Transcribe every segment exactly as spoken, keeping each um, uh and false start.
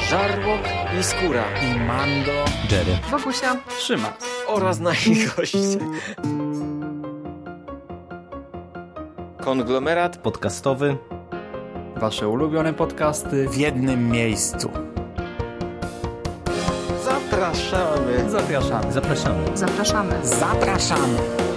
Żarłok i Skóra i Mando, Jerry, Wokusia, Szymas oraz nasi goście. Konglomerat podcastowy. Wasze ulubione podcasty w jednym miejscu. Zapraszamy. Zapraszamy. Zapraszamy. zapraszamy. Zapraszamy.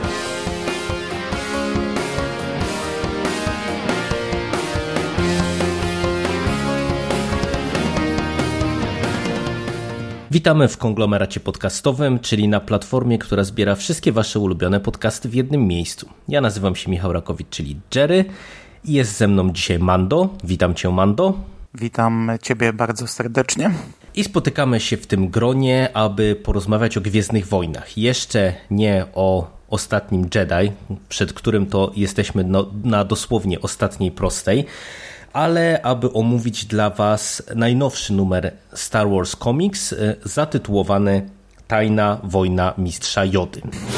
Witamy w konglomeracie podcastowym, czyli na platformie, która zbiera wszystkie wasze ulubione podcasty w jednym miejscu. Ja nazywam się Michał Rakowicz, czyli Jerry, i jest ze mną dzisiaj Mando. Witam cię, Mando. Witam ciebie bardzo serdecznie. I spotykamy się w tym gronie, aby porozmawiać o Gwiezdnych Wojnach. Jeszcze nie o ostatnim Jedi, przed którym to jesteśmy no, na dosłownie ostatniej prostej, ale aby omówić dla was najnowszy numer Star Wars Comics zatytułowany Tajna Wojna Mistrza Jody.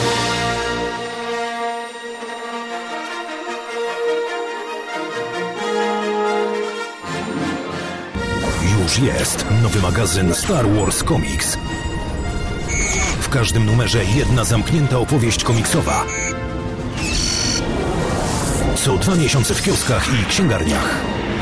Już jest nowy magazyn Star Wars Comics. W każdym numerze jedna zamknięta opowieść komiksowa. Co dwa miesiące w kioskach i księgarniach.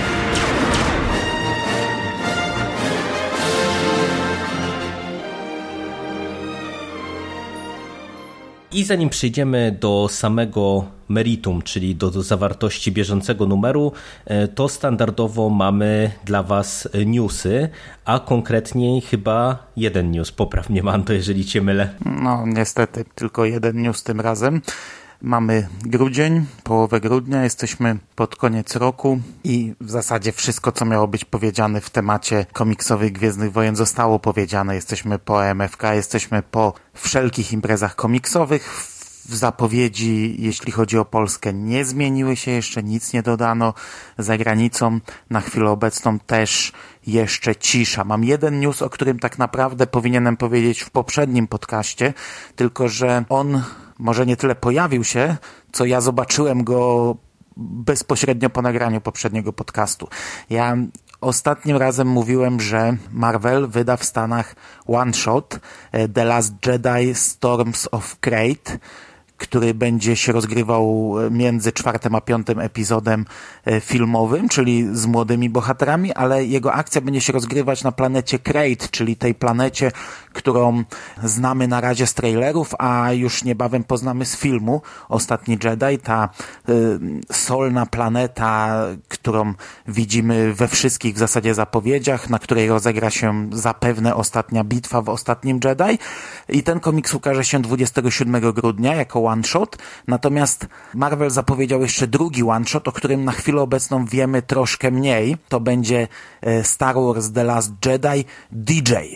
I zanim przejdziemy do samego meritum, czyli do, do zawartości bieżącego numeru, to standardowo mamy dla was newsy, a konkretniej chyba jeden news. Popraw mnie, Mando, jeżeli cię mylę. No niestety, tylko jeden news tym razem. Mamy grudzień, połowę grudnia, jesteśmy pod koniec roku i w zasadzie wszystko, co miało być powiedziane w temacie komiksowych Gwiezdnych Wojen, zostało powiedziane. Jesteśmy po M F K, jesteśmy po wszelkich imprezach komiksowych. W zapowiedzi, jeśli chodzi o Polskę, nie zmieniły się jeszcze, nic nie dodano. Za granicą na chwilę obecną też jeszcze cisza. Mam jeden news, o którym tak naprawdę powinienem powiedzieć w poprzednim podcaście, tylko że on może nie tyle pojawił się, co ja zobaczyłem go bezpośrednio po nagraniu poprzedniego podcastu. Ja ostatnim razem mówiłem, że Marvel wyda w Stanach one shot The Last Jedi Storms of Krayt, który będzie się rozgrywał między czwartym a piątym epizodem filmowym, czyli z młodymi bohaterami, ale jego akcja będzie się rozgrywać na planecie Krayt, czyli tej planecie, którą znamy na razie z trailerów, a już niebawem poznamy z filmu Ostatni Jedi, ta y, solna planeta, którą widzimy we wszystkich w zasadzie zapowiedziach, na której rozegra się zapewne ostatnia bitwa w Ostatnim Jedi, i ten komiks ukaże się dwudziestego siódmego grudnia jako one shot, natomiast Marvel zapowiedział jeszcze drugi one shot, o którym na chwilę obecną wiemy troszkę mniej. To będzie Star Wars The Last Jedi D J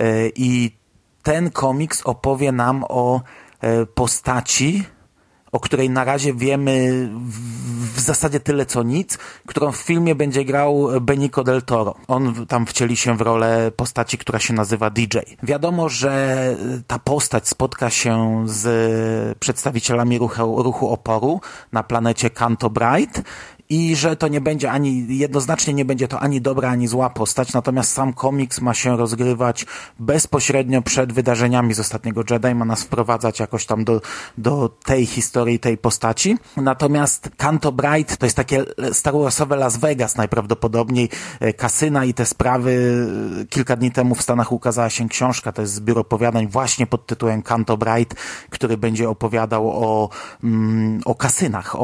i ten komiks opowie nam o postaci, o której na razie wiemy w zasadzie tyle co nic, którą w filmie będzie grał Benicio del Toro. On tam wcieli się w rolę postaci, która się nazywa D J. Wiadomo, że ta postać spotka się z przedstawicielami ruchu, ruchu oporu na planecie Canto Bright i że to nie będzie ani, jednoznacznie nie będzie to ani dobra, ani zła postać, natomiast sam komiks ma się rozgrywać bezpośrednio przed wydarzeniami z Ostatniego Jedi, ma nas wprowadzać jakoś tam do, do tej historii, tej postaci. Natomiast Canto Bright to jest takie Star Warsowe Las Vegas najprawdopodobniej, kasyna i te sprawy. Kilka dni temu w Stanach ukazała się książka, to jest zbiór opowiadań właśnie pod tytułem Canto Bright, który będzie opowiadał o, mm, o kasynach, o,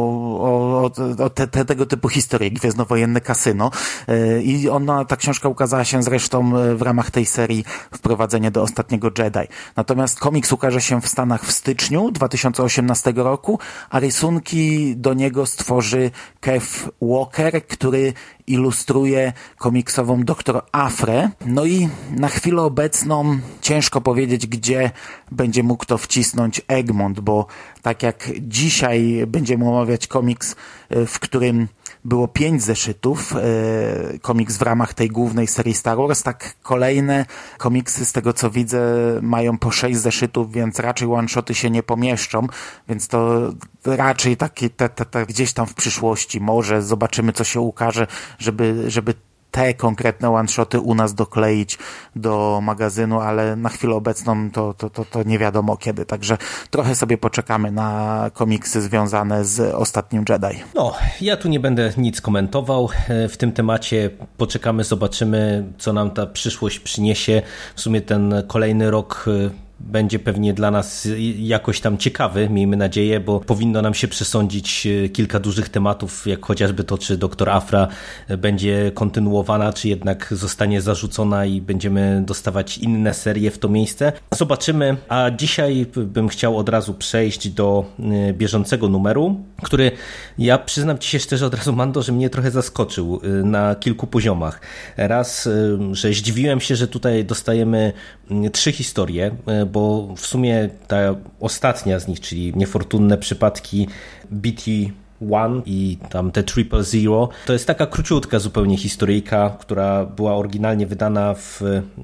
o, o Te, te, tego typu historie, Gwiezdnowojenne kasyno, i ona, ta książka ukazała się zresztą w ramach tej serii Wprowadzenie do Ostatniego Jedi. Natomiast komiks ukaże się w Stanach w styczniu dwa tysiące osiemnastego roku, a rysunki do niego stworzy Kev Walker, który ilustruje komiksową doktor Afrę. No i na chwilę obecną ciężko powiedzieć, gdzie będzie mógł to wcisnąć Egmont, bo tak jak dzisiaj będziemy omawiać komiks, w którym było pięć zeszytów, komiks w ramach tej głównej serii Star Wars, tak kolejne komiksy, z tego co widzę, mają po sześć zeszytów, więc raczej one-shoty się nie pomieszczą, więc to raczej takie te, te, te gdzieś tam w przyszłości może zobaczymy, co się ukaże, żeby, żeby te konkretne one-shoty u nas dokleić do magazynu, ale na chwilę obecną to, to, to, to nie wiadomo kiedy, także trochę sobie poczekamy na komiksy związane z Ostatnim Jedi. No, ja tu nie będę nic komentował w tym temacie, poczekamy, zobaczymy, co nam ta przyszłość przyniesie. W sumie ten kolejny rok będzie pewnie dla nas jakoś tam ciekawy, miejmy nadzieję, bo powinno nam się przesądzić kilka dużych tematów, jak chociażby to, czy doktor Aphra będzie kontynuowana, czy jednak zostanie zarzucona i będziemy dostawać inne serie w to miejsce. Zobaczymy, a dzisiaj bym chciał od razu przejść do bieżącego numeru, który, ja przyznam ci się szczerze od razu, Mando, że mnie trochę zaskoczył na kilku poziomach. Raz, że zdziwiłem się, że tutaj dostajemy trzy historie, bo w sumie ta ostatnia z nich, czyli Niefortunne przypadki B T jeden i tam te Triple Zero, to jest taka króciutka zupełnie historyjka, która była oryginalnie wydana w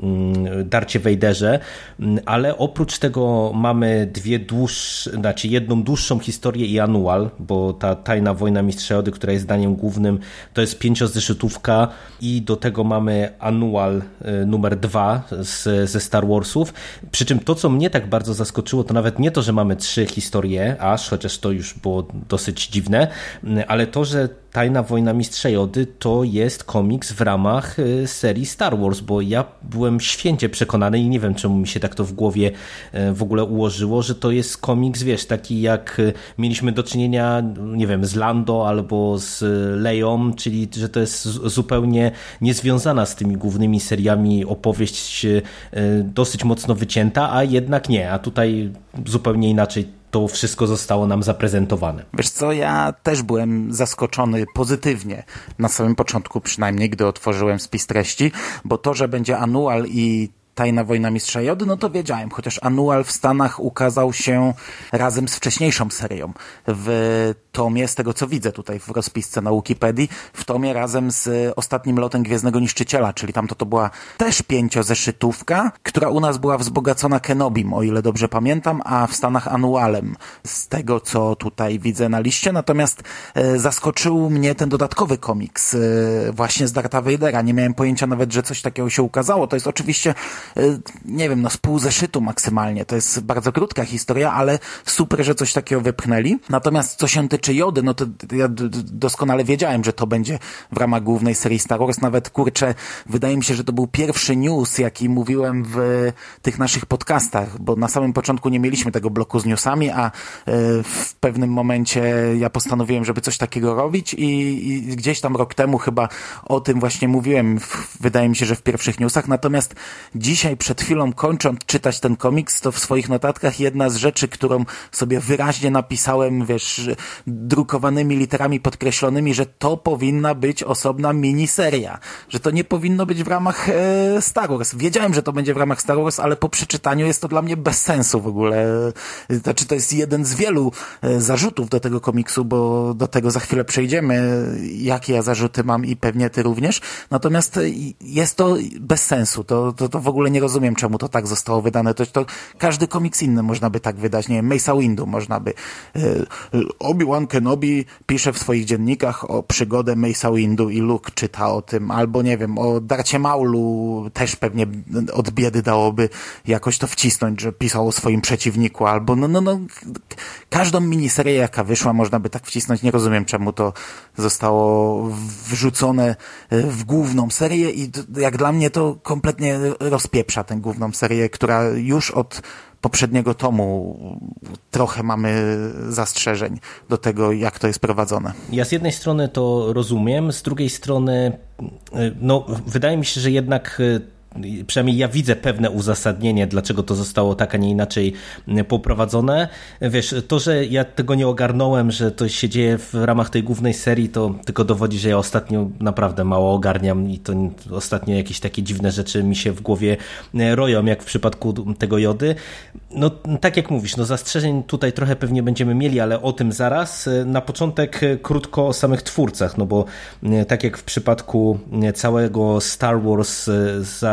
Darcie Vaderze, ale oprócz tego mamy dwie dłuższe, znaczy jedną dłuższą historię i anual, bo ta Tajna Wojna Mistrza Jody, która jest zdaniem głównym, to jest pięciozeszytówka i do tego mamy anual numer dwa z, ze Star Warsów, przy czym to, co mnie tak bardzo zaskoczyło, to nawet nie to, że mamy trzy historie aż, chociaż to już było dosyć dziwne, ale to, że Tajna Wojna Mistrza Jody to jest komiks w ramach serii Star Wars, bo ja byłem święcie przekonany i nie wiem, czemu mi się tak to w głowie w ogóle ułożyło, że to jest komiks, wiesz, taki jak mieliśmy do czynienia, nie wiem, z Lando albo z Leją, czyli że to jest zupełnie niezwiązana z tymi głównymi seriami opowieść, dosyć mocno wycięta, a jednak nie, a tutaj zupełnie inaczej to wszystko zostało nam zaprezentowane. Wiesz co, ja też byłem zaskoczony pozytywnie, na samym początku przynajmniej, gdy otworzyłem spis treści, bo to, że będzie anual i Tajna Wojna Mistrza Jody, no to wiedziałem, chociaż anual w Stanach ukazał się razem z wcześniejszą serią. W tomie, z tego co widzę tutaj w rozpisce na Wikipedii, w tomie razem z Ostatnim Lotem Gwiezdnego Niszczyciela, czyli tamto to była też pięciozeszytówka, która u nas była wzbogacona Kenobim, o ile dobrze pamiętam, a w Stanach anualem, z tego co tutaj widzę na liście. Natomiast e, zaskoczył mnie ten dodatkowy komiks e, właśnie z Dartha Vadera. Nie miałem pojęcia nawet, że coś takiego się ukazało. To jest oczywiście nie wiem, no z pół zeszytu maksymalnie. To jest bardzo krótka historia, ale super, że coś takiego wypchnęli. Natomiast co się tyczy Jody, no to ja doskonale wiedziałem, że to będzie w ramach głównej serii Star Wars. Nawet, kurczę, wydaje mi się, że to był pierwszy news, jaki mówiłem w tych naszych podcastach, bo na samym początku nie mieliśmy tego bloku z newsami, a w pewnym momencie ja postanowiłem, żeby coś takiego robić i, i gdzieś tam rok temu chyba o tym właśnie mówiłem, w, wydaje mi się, że w pierwszych newsach. Natomiast dzisiaj przed chwilą, kończąc czytać ten komiks, to w swoich notatkach jedna z rzeczy, którą sobie wyraźnie napisałem, wiesz, drukowanymi literami podkreślonymi, że to powinna być osobna miniseria, że to nie powinno być w ramach e, Star Wars. Wiedziałem, że to będzie w ramach Star Wars, ale po przeczytaniu jest to dla mnie bez sensu w ogóle. Znaczy, to jest jeden z wielu e, zarzutów do tego komiksu, bo do tego za chwilę przejdziemy, jakie ja zarzuty mam i pewnie ty również. Natomiast jest to bez sensu. To, to, to w ogóle nie rozumiem, czemu to tak zostało wydane. To, to każdy komiks inny można by tak wydać. Nie wiem, Mace'a Windu można by. E, Obi-Wan Kenobi pisze w swoich dziennikach o przygodę Mace'a Windu i Luke czyta o tym. Albo nie wiem, o Darcie Maulu też pewnie od biedy dałoby jakoś to wcisnąć, że pisał o swoim przeciwniku. Albo no, no, no każdą miniserię, jaka wyszła, można by tak wcisnąć. Nie rozumiem, czemu to zostało wrzucone w główną serię i jak dla mnie to kompletnie rozpieprza tę główną serię, która już od poprzedniego tomu trochę mamy zastrzeżeń do tego, jak to jest prowadzone. Ja z jednej strony to rozumiem, z drugiej strony no, wydaje mi się, że jednak przynajmniej ja widzę pewne uzasadnienie, dlaczego to zostało tak, a nie inaczej poprowadzone. Wiesz, to, że ja tego nie ogarnąłem, że to się dzieje w ramach tej głównej serii, to tylko dowodzi, że ja ostatnio naprawdę mało ogarniam i to ostatnio jakieś takie dziwne rzeczy mi się w głowie roją, jak w przypadku tego Jody. No, tak jak mówisz, no zastrzeżeń tutaj trochę pewnie będziemy mieli, ale o tym zaraz. Na początek krótko o samych twórcach, no bo tak jak w przypadku całego Star Wars za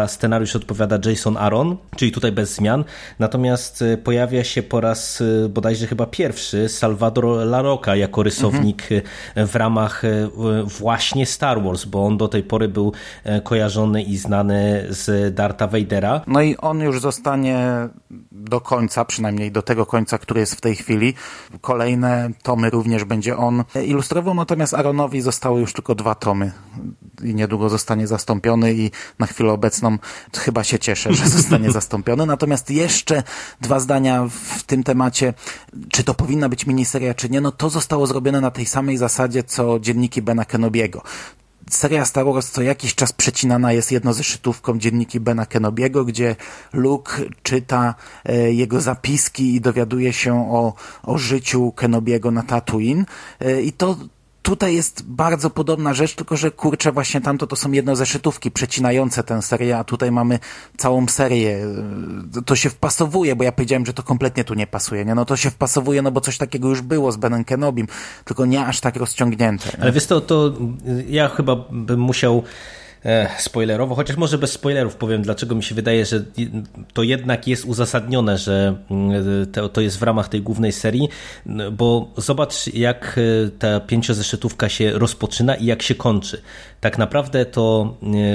za scenariusz odpowiada Jason Aaron, czyli tutaj bez zmian. Natomiast pojawia się po raz bodajże chyba pierwszy Salvador LaRocca jako rysownik mhm. w ramach właśnie Star Wars, bo on do tej pory był kojarzony i znany z Dartha Vadera. No i on już zostanie do końca, przynajmniej do tego końca, który jest w tej chwili. Kolejne tomy również będzie on ilustrował, natomiast Aaronowi zostały już tylko dwa tomy i niedługo zostanie zastąpiony i na chwilę obecną chyba się cieszę, że zostanie zastąpiony. Natomiast jeszcze dwa zdania w tym temacie, czy to powinna być miniseria, czy nie, no to zostało zrobione na tej samej zasadzie, co Dzienniki Bena Kenobiego. Seria Star Wars co jakiś czas przecinana jest jednozeszytówką Dzienniki Bena Kenobiego, gdzie Luke czyta e, jego zapiski i dowiaduje się o, o życiu Kenobiego na Tatooine. E, I to tutaj jest bardzo podobna rzecz, tylko że kurczę, właśnie tamto to są jednozeszytówki przecinające tę serię, a tutaj mamy całą serię. To się wpasowuje, bo ja powiedziałem, że to kompletnie tu nie pasuje. Nie? No to się wpasowuje, no bo coś takiego już było z Benem Kenobim, tylko nie aż tak rozciągnięte. Nie? Ale wiesz to, to ja chyba bym musiał spoilerowo, chociaż może bez spoilerów powiem, dlaczego mi się wydaje, że to jednak jest uzasadnione, że to, to jest w ramach tej głównej serii, bo zobacz, jak ta pięciozeszytówka się rozpoczyna i jak się kończy. Tak naprawdę to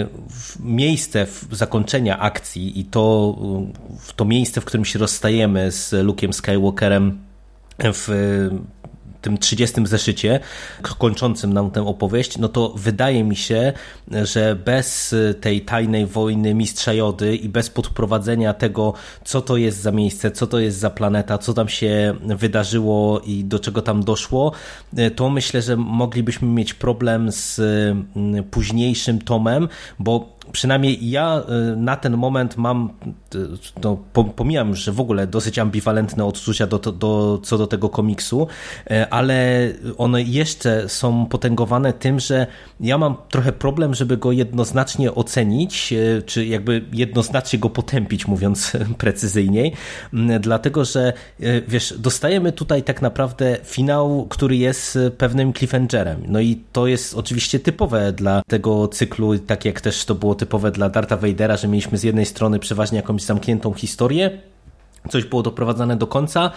miejsce zakończenia akcji i to, to miejsce, w którym się rozstajemy z Luke'em Skywalkerem w tym trzydziestym zeszycie, kończącym nam tę opowieść, no to wydaje mi się, że bez tej tajnej wojny Mistrza Jody i bez podprowadzenia tego, co to jest za miejsce, co to jest za planeta, co tam się wydarzyło i do czego tam doszło, to myślę, że moglibyśmy mieć problem z późniejszym tomem, bo przynajmniej ja na ten moment mam, no, pomijam już, że w ogóle dosyć ambiwalentne odczucia do, do, co do tego komiksu, ale one jeszcze są potęgowane tym, że ja mam trochę problem, żeby go jednoznacznie ocenić, czy jakby jednoznacznie go potępić, mówiąc precyzyjniej, dlatego, że wiesz, dostajemy tutaj tak naprawdę finał, który jest pewnym cliffhangerem. No i to jest oczywiście typowe dla tego cyklu, tak jak też to było typowe dla Dartha Vadera, że mieliśmy z jednej strony przeważnie jakąś zamkniętą historię, coś było doprowadzane do końca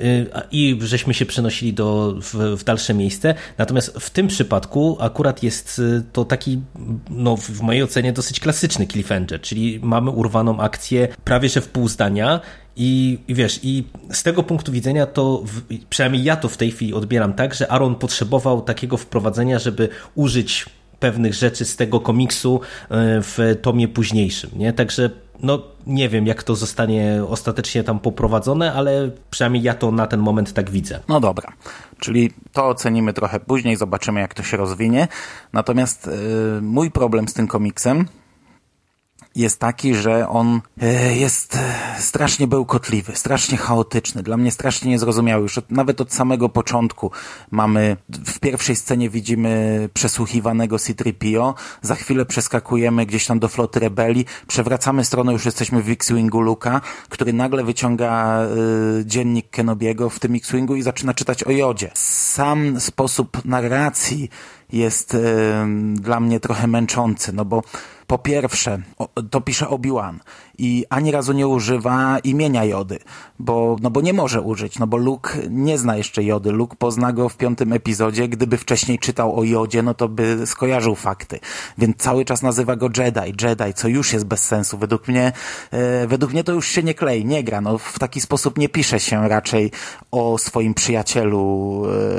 i żeśmy się przenosili do, w, w dalsze miejsce. Natomiast w tym przypadku akurat jest to taki, no w mojej ocenie dosyć klasyczny cliffhanger, czyli mamy urwaną akcję prawie że w pół zdania. I, I wiesz, i z tego punktu widzenia to, w, przynajmniej ja to w tej chwili odbieram tak, że Aaron potrzebował takiego wprowadzenia, żeby użyć pewnych rzeczy z tego komiksu w tomie późniejszym, nie? Także no nie wiem, jak to zostanie ostatecznie tam poprowadzone, ale przynajmniej ja to na ten moment tak widzę. No dobra, czyli to ocenimy trochę później, zobaczymy, jak to się rozwinie. Natomiast yy, mój problem z tym komiksem jest taki, że on jest strasznie bełkotliwy, strasznie chaotyczny, dla mnie strasznie niezrozumiały. Już od, nawet od samego początku mamy, w pierwszej scenie widzimy przesłuchiwanego C trzy P O, za chwilę przeskakujemy gdzieś tam do floty rebelii, przewracamy stronę, już jesteśmy w X-Wingu Luke'a, który nagle wyciąga y, dziennik Kenobiego w tym X-Wingu i zaczyna czytać o Jodzie. Sam sposób narracji jest y, dla mnie trochę męczący, no bo po pierwsze, to pisze Obi-Wan i ani razu nie używa imienia Jody, bo, no bo nie może użyć, no bo Luke nie zna jeszcze Jody. Luke pozna go w piątym epizodzie, gdyby wcześniej czytał o Jodzie, no to by skojarzył fakty, więc cały czas nazywa go Jedi, Jedi, co już jest bez sensu. Według mnie, e, według mnie to już się nie klei, nie gra, no w taki sposób nie pisze się raczej o swoim przyjacielu,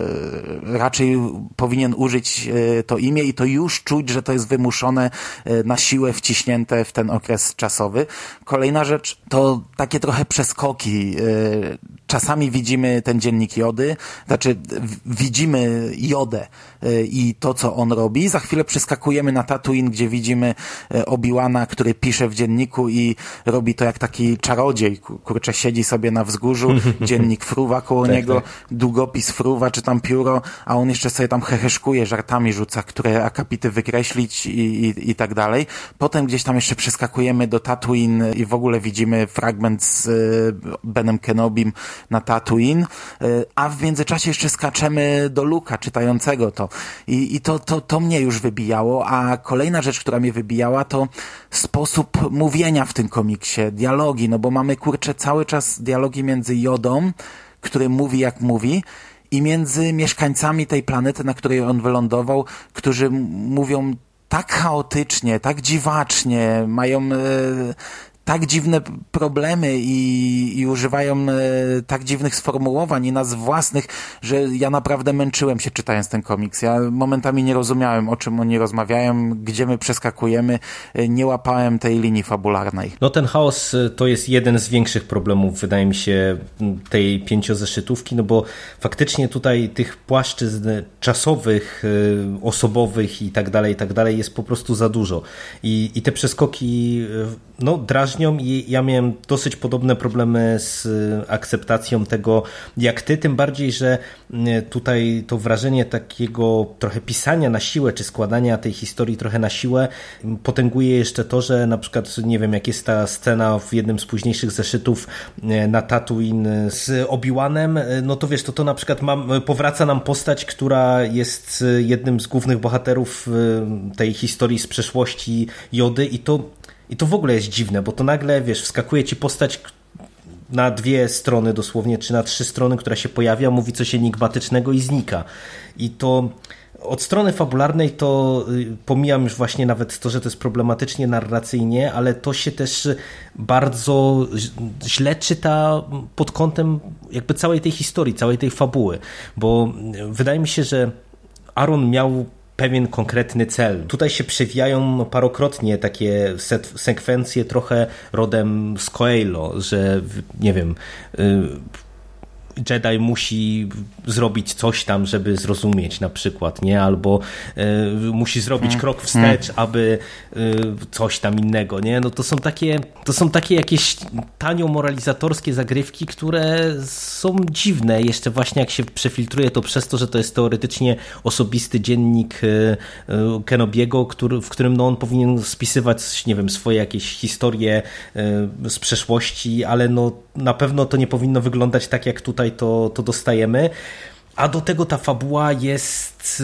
e, raczej powinien użyć e, to imię i to już czuć, że to jest wymuszone e, na siłę wciśnięte w ten okres czasowy. Kolejna rzecz to takie trochę przeskoki. Czasami widzimy ten dziennik Jody, znaczy widzimy Jodę i to, co on robi. Za chwilę przeskakujemy na Tatooine, gdzie widzimy Obi-Wana, który pisze w dzienniku i robi to jak taki czarodziej. Kurczę, siedzi sobie na wzgórzu, dziennik fruwa koło tak, niego, tak. długopis fruwa, czy tam pióro, a on jeszcze sobie tam heheszkuje, żart kartami rzuca, które akapity wykreślić i, i, i tak dalej. Potem gdzieś tam jeszcze przeskakujemy do Tatooine i w ogóle widzimy fragment z Benem Kenobim na Tatooine, a w międzyczasie jeszcze skaczemy do Luka czytającego to. I, i to, to, to mnie już wybijało, a kolejna rzecz, która mnie wybijała, to sposób mówienia w tym komiksie, dialogi, no bo mamy, kurczę, cały czas dialogi między Jodą, który mówi jak mówi, i między mieszkańcami tej planety, na której on wylądował, którzy m- mówią tak chaotycznie, tak dziwacznie, mają e, tak dziwne problemy i, i używają e, tak dziwnych sformułowań i nazw własnych, że ja naprawdę męczyłem się czytając ten komiks. Ja momentami nie rozumiałem, o czym oni rozmawiają, gdzie my przeskakujemy, e, nie łapałem tej linii fabularnej. No ten chaos to jest jeden z większych problemów, wydaje mi się, tej pięciozeszytówki, no bo faktycznie tutaj tych płaszczyzn czasowych, osobowych i tak dalej, i tak dalej jest po prostu za dużo. I, i te przeskoki no drażnią i ja miałem dosyć podobne problemy z akceptacją tego jak ty, tym bardziej, że tutaj to wrażenie takiego trochę pisania na siłę, czy składania tej historii trochę na siłę potęguje jeszcze to, że na przykład, nie wiem, jak jest ta scena w jednym z późniejszych zeszytów na Tatooine z Obi-Wanem, no to wiesz, to to na przykład mam, powraca nam postać, która jest jednym z głównych bohaterów tej historii z przeszłości Jody i to I to w ogóle jest dziwne, bo to nagle, wiesz, wskakuje ci postać na dwie strony dosłownie, czy na trzy strony, która się pojawia, mówi coś enigmatycznego i znika. I to od strony fabularnej to pomijam już właśnie nawet to, że to jest problematycznie narracyjnie, ale to się też bardzo źle czyta pod kątem jakby całej tej historii, całej tej fabuły, bo wydaje mi się, że Aaron miał pewien konkretny cel. Tutaj się przewijają parokrotnie takie set, sekwencje trochę rodem z Coelho, że nie wiem, Jedi musi zrobić coś tam, żeby zrozumieć na przykład, nie? Albo y, musi zrobić hmm. krok wstecz, hmm. aby y, coś tam innego, nie? No to są takie, to są takie jakieś tanio moralizatorskie zagrywki, które są dziwne, jeszcze właśnie jak się przefiltruje to przez to, że to jest teoretycznie osobisty dziennik y, y, Kenobiego, który, w którym no, on powinien spisywać, nie wiem, swoje jakieś historie y, z przeszłości, ale no na pewno to nie powinno wyglądać tak, jak tutaj to, to dostajemy. A do tego ta fabuła jest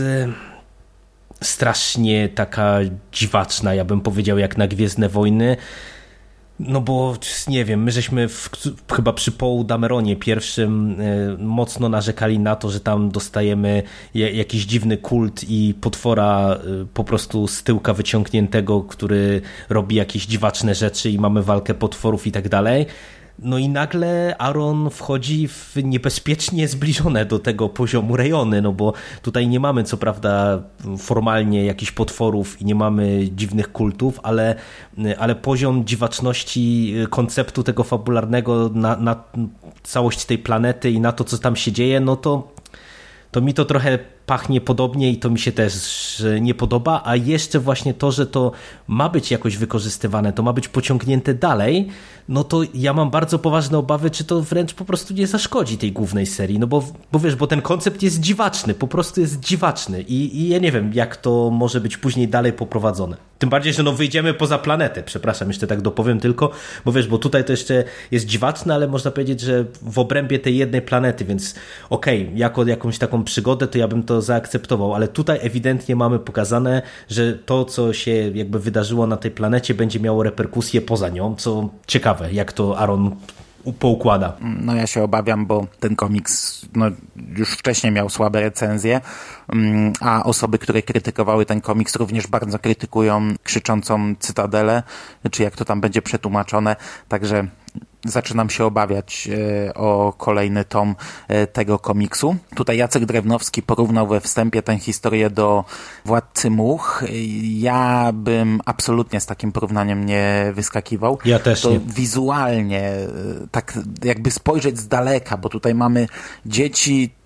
strasznie taka dziwaczna, ja bym powiedział, jak na Gwiezdne Wojny. No bo, nie wiem, my żeśmy w, chyba przy Paul Dameronie pierwszym y, mocno narzekali na to, że tam dostajemy je, jakiś dziwny kult i potwora y, po prostu z tyłka wyciągniętego, który robi jakieś dziwaczne rzeczy i mamy walkę potworów i tak dalej. No i nagle Aaron wchodzi w niebezpiecznie zbliżone do tego poziomu rejony, no bo tutaj nie mamy co prawda formalnie jakichś potworów i nie mamy dziwnych kultów, ale, ale poziom dziwaczności konceptu tego fabularnego na, na całość tej planety i na to, co tam się dzieje, no to, to mi to trochę pachnie podobnie i to mi się też nie podoba, a jeszcze właśnie to, że to ma być jakoś wykorzystywane, to ma być pociągnięte dalej, no to ja mam bardzo poważne obawy, czy to wręcz po prostu nie zaszkodzi tej głównej serii, no bo, bo wiesz, bo ten koncept jest dziwaczny, po prostu jest dziwaczny i, i ja nie wiem, jak to może być później dalej poprowadzone. Tym bardziej, że no wyjdziemy poza planetę, przepraszam, jeszcze tak dopowiem tylko, bo wiesz, bo tutaj to jeszcze jest dziwaczne, ale można powiedzieć, że w obrębie tej jednej planety, więc okej, okay, jako jakąś taką przygodę, to ja bym to zaakceptował, ale tutaj ewidentnie mamy pokazane, że to, co się jakby wydarzyło na tej planecie, będzie miało reperkusje poza nią, co ciekawe, jak to Aaron poukłada. No ja się obawiam, bo ten komiks no, już wcześniej miał słabe recenzje, a osoby, które krytykowały ten komiks, również bardzo krytykują krzyczącą Cytadelę, czy jak to tam będzie przetłumaczone, także zaczynam się obawiać e, o kolejny tom e, tego komiksu. Tutaj Jacek Drewnowski porównał we wstępie tę historię do Władcy Much. Ja bym absolutnie z takim porównaniem nie wyskakiwał. Ja też to nie. Wizualnie, tak jakby spojrzeć z daleka, bo tutaj mamy dzieci,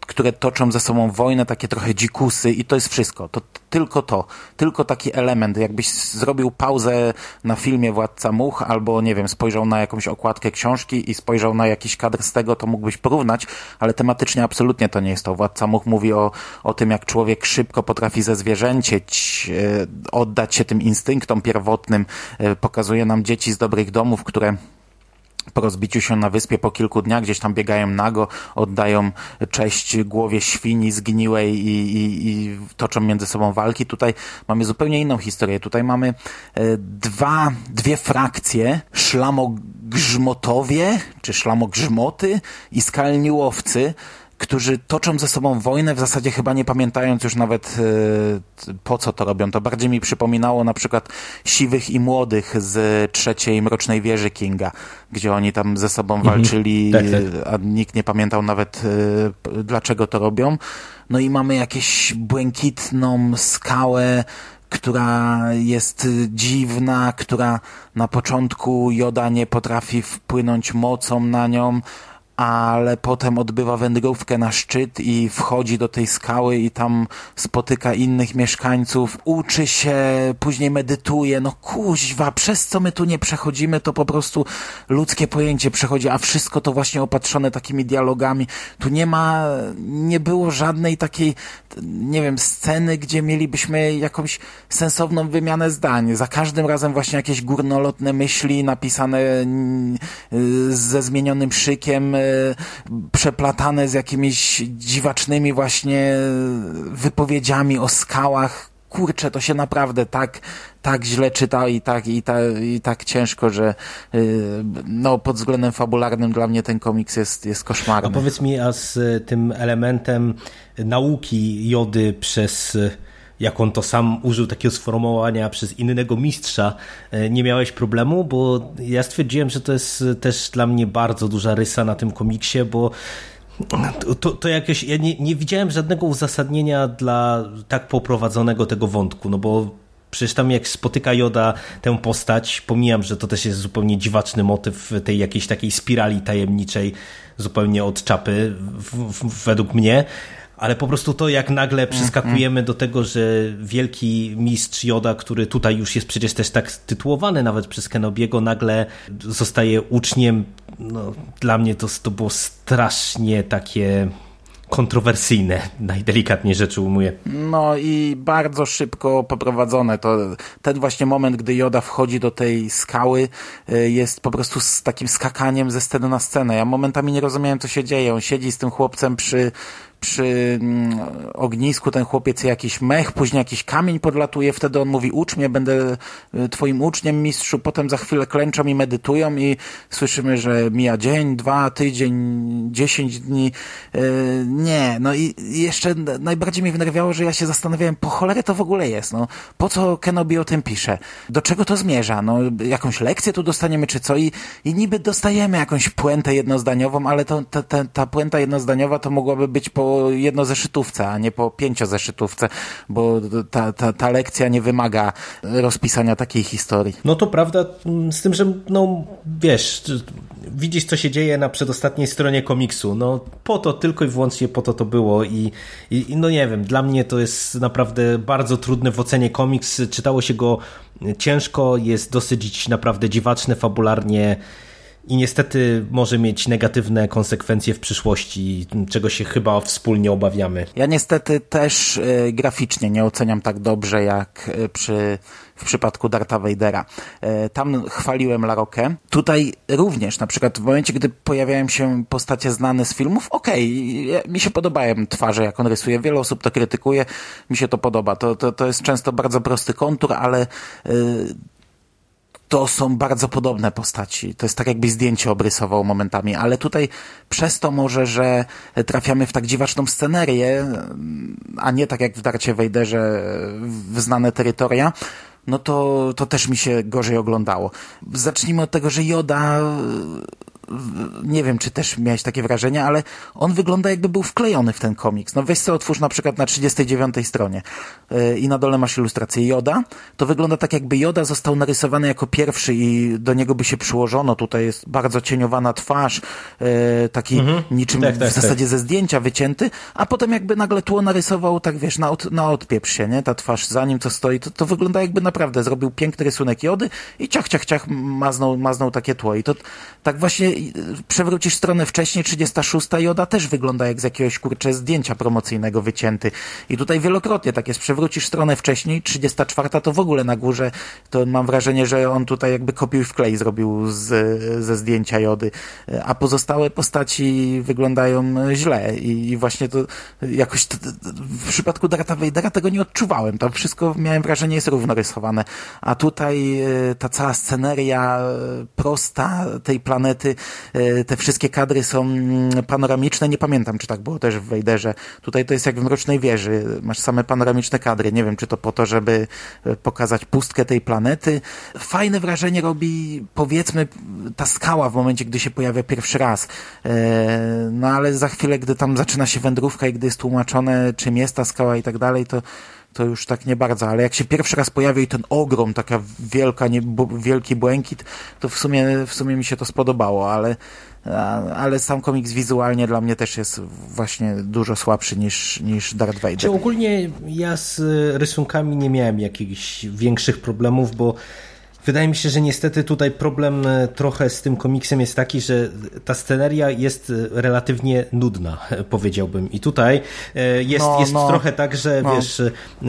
które toczą ze sobą wojnę, takie trochę dzikusy i to jest wszystko. To tylko to. Tylko taki element. Jakbyś zrobił pauzę na filmie Władca Much albo, nie wiem, spojrzał na jakąś okładkę książki i spojrzał na jakiś kadr z tego, to mógłbyś porównać, ale tematycznie absolutnie to nie jest to. Władca Much mówi o, o tym, jak człowiek szybko potrafi zezwierzęcieć, e, oddać się tym instynktom pierwotnym. E, pokazuje nam dzieci z dobrych domów, które po rozbiciu się na wyspie po kilku dniach gdzieś tam biegają nago, oddają cześć głowie świni zgniłej i, i, i toczą między sobą walki. Tutaj mamy zupełnie inną historię. Tutaj mamy e, dwa, dwie frakcje, szlamogrzmotowie, czy szlamogrzmoty i skalni łowcy, którzy toczą ze sobą wojnę, w zasadzie chyba nie pamiętając już nawet e, po co to robią. To bardziej mi przypominało na przykład Siwych i Młodych z trzeciej Mrocznej Wieży Kinga, gdzie oni tam ze sobą mhm. walczyli, tak, tak. a nikt nie pamiętał nawet e, dlaczego to robią. No i mamy jakąś błękitną skałę, która jest dziwna, która na początku Yoda nie potrafi wpłynąć mocą na nią, ale potem odbywa wędrówkę na szczyt i wchodzi do tej skały i tam spotyka innych mieszkańców, uczy się, później medytuje. No kuźwa, przez co my tu nie przechodzimy, to po prostu ludzkie pojęcie przechodzi, a wszystko to właśnie opatrzone takimi dialogami. Tu nie ma, nie było żadnej takiej, nie wiem, sceny, gdzie mielibyśmy jakąś sensowną wymianę zdań. Za każdym razem właśnie jakieś górnolotne myśli napisane ze zmienionym szykiem, przeplatane z jakimiś dziwacznymi właśnie wypowiedziami o skałach. Kurczę, to się naprawdę tak, tak źle czyta i tak, i, ta, i tak ciężko, że no, pod względem fabularnym dla mnie ten komiks jest, jest koszmarny. A powiedz mi, a z tym elementem nauki Jody przez, jak on to sam użył takiego sformułowania, przez innego mistrza, nie miałeś problemu? Bo ja stwierdziłem, że to jest też dla mnie bardzo duża rysa na tym komiksie, bo to, to, to jakoś, ja nie, nie widziałem żadnego uzasadnienia dla tak poprowadzonego tego wątku, no bo przecież tam jak spotyka Yoda tę postać, pomijam, że to też jest zupełnie dziwaczny motyw tej jakiejś takiej spirali tajemniczej, zupełnie od czapy w, w, według mnie, ale po prostu to, jak nagle przeskakujemy do tego, że wielki mistrz Yoda, który tutaj już jest przecież też tak tytułowany nawet przez Kenobiego, nagle zostaje uczniem, no, dla mnie to, to było strasznie takie kontrowersyjne, najdelikatniej rzecz ujmuję. No i bardzo szybko poprowadzone. To ten właśnie moment, gdy Yoda wchodzi do tej skały, jest po prostu z takim skakaniem ze sceny na scenę. Ja momentami nie rozumiałem, co się dzieje. On siedzi z tym chłopcem przy przy mm, ognisku, ten chłopiec jakiś mech, później jakiś kamień podlatuje, wtedy on mówi: ucz mnie, będę twoim uczniem, mistrzu. Potem za chwilę klęczą i medytują i słyszymy, że mija dzień, dwa, tydzień, dziesięć dni. Yy, nie, no i jeszcze najbardziej mnie wnerwiało, że ja się zastanawiałem, po cholerę to w ogóle jest, no. Po co Kenobi o tym pisze? Do czego to zmierza? No, jakąś lekcję tu dostaniemy, czy co? I, i niby dostajemy jakąś puentę jednozdaniową, ale to, ta, ta, ta puenta jednozdaniowa to mogłaby być po jednozeszytówce, a nie po pięciozeszytówce, bo ta, ta, ta lekcja nie wymaga rozpisania takiej historii. No to prawda, z tym, że no wiesz, widzisz, co się dzieje na przedostatniej stronie komiksu. No po to, tylko i wyłącznie po to to było i, i, i no nie wiem, dla mnie to jest naprawdę bardzo trudny w ocenie komiks. Czytało się go ciężko, jest dosyć naprawdę dziwaczny fabularnie i niestety może mieć negatywne konsekwencje w przyszłości, czego się chyba wspólnie obawiamy. Ja niestety też y, graficznie nie oceniam tak dobrze jak y, przy, w przypadku Dartha Vadera. Y, tam chwaliłem LaRockę. Tutaj również, na przykład w momencie, gdy pojawiają się postacie znane z filmów, okej, okay, mi się podobają twarze, jak on rysuje. Wiele osób to krytykuje, mi się to podoba. To, to, to jest często bardzo prosty kontur, ale y, to są bardzo podobne postaci. To jest tak, jakbyś zdjęcie obrysował momentami, ale tutaj przez to może, że trafiamy w tak dziwaczną scenerię, a nie tak jak w Darcie Vaderze w znane terytoria, no to, to też mi się gorzej oglądało. Zacznijmy od tego, że Yoda nie wiem, czy też miałeś takie wrażenie, ale on wygląda jakby był wklejony w ten komiks. No weź sobie otwórz na przykład na trzydziestej dziewiątej stronie yy, i na dole masz ilustrację Yoda. To wygląda tak, jakby Yoda został narysowany jako pierwszy i do niego by się przyłożono. Tutaj jest bardzo cieniowana twarz, yy, taki mhm. niczym tak, tak, w zasadzie tak. ze zdjęcia wycięty, a potem jakby nagle tło narysował, tak wiesz, na, od, na odpieprz się, nie? Ta twarz za nim, co stoi, to, to wygląda jakby naprawdę zrobił piękny rysunek Jody i ciach, ciach, ciach maznął, maznął takie tło. I to tak właśnie przewrócisz stronę wcześniej, trzydziesta szósta Joda też wygląda jak z jakiegoś, kurczę, zdjęcia promocyjnego wycięty. I tutaj wielokrotnie tak jest. Przewrócisz stronę wcześniej, trzydziesta czwarta to w ogóle na górze, to mam wrażenie, że on tutaj jakby kopiuj w klej zrobił z, ze zdjęcia Jody. A pozostałe postaci wyglądają źle. I, i właśnie to jakoś to, w przypadku Dartha Vadera tego nie odczuwałem. Tam wszystko, miałem wrażenie, jest równo rysowane. A tutaj ta cała sceneria prosta tej planety, te wszystkie kadry są panoramiczne. Nie pamiętam, czy tak było też w Vaderze. Tutaj to jest jak w Mrocznej Wieży. Masz same panoramiczne kadry. Nie wiem, czy to po to, żeby pokazać pustkę tej planety. Fajne wrażenie robi, powiedzmy, ta skała w momencie, gdy się pojawia pierwszy raz. No ale za chwilę, gdy tam zaczyna się wędrówka i gdy jest tłumaczone, czym jest ta skała i tak dalej, to to już tak nie bardzo, ale jak się pierwszy raz pojawia i ten ogrom, taka wielka, nie, bu, wielki błękit, to w sumie, w sumie mi się to spodobało, ale, ale sam komiks wizualnie dla mnie też jest właśnie dużo słabszy niż, niż Darth Vader. Czy ogólnie ja z rysunkami nie miałem jakichś większych problemów, bo wydaje mi się, że niestety tutaj problem trochę z tym komiksem jest taki, że ta sceneria jest relatywnie nudna, powiedziałbym. I tutaj jest, no, jest no, trochę tak, że no. wiesz,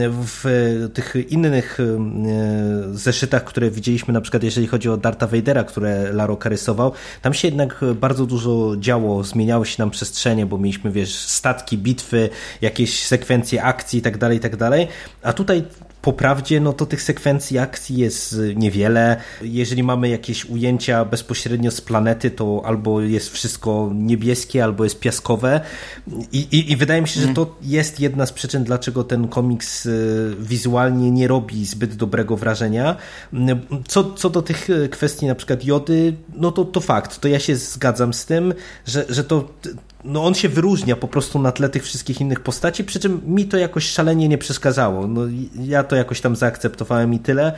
w tych innych zeszytach, które widzieliśmy, na przykład jeżeli chodzi o Dartha Vadera, które LaRocca rysował, tam się jednak bardzo dużo działo, zmieniały się nam przestrzenie, bo mieliśmy, wiesz, statki, bitwy, jakieś sekwencje akcji i tak dalej, i tak dalej. A tutaj po prawdzie, no to tych sekwencji akcji jest niewiele. Jeżeli mamy jakieś ujęcia bezpośrednio z planety, to albo jest wszystko niebieskie, albo jest piaskowe. I, i, i wydaje mi się, że to jest jedna z przyczyn, dlaczego ten komiks wizualnie nie robi zbyt dobrego wrażenia. Co, co do tych kwestii na przykład Jody, no to, to fakt. To ja się zgadzam z tym, że, że to no on się wyróżnia po prostu na tle tych wszystkich innych postaci, przy czym mi to jakoś szalenie nie przeszkadzało. No, ja to jakoś tam zaakceptowałem i tyle.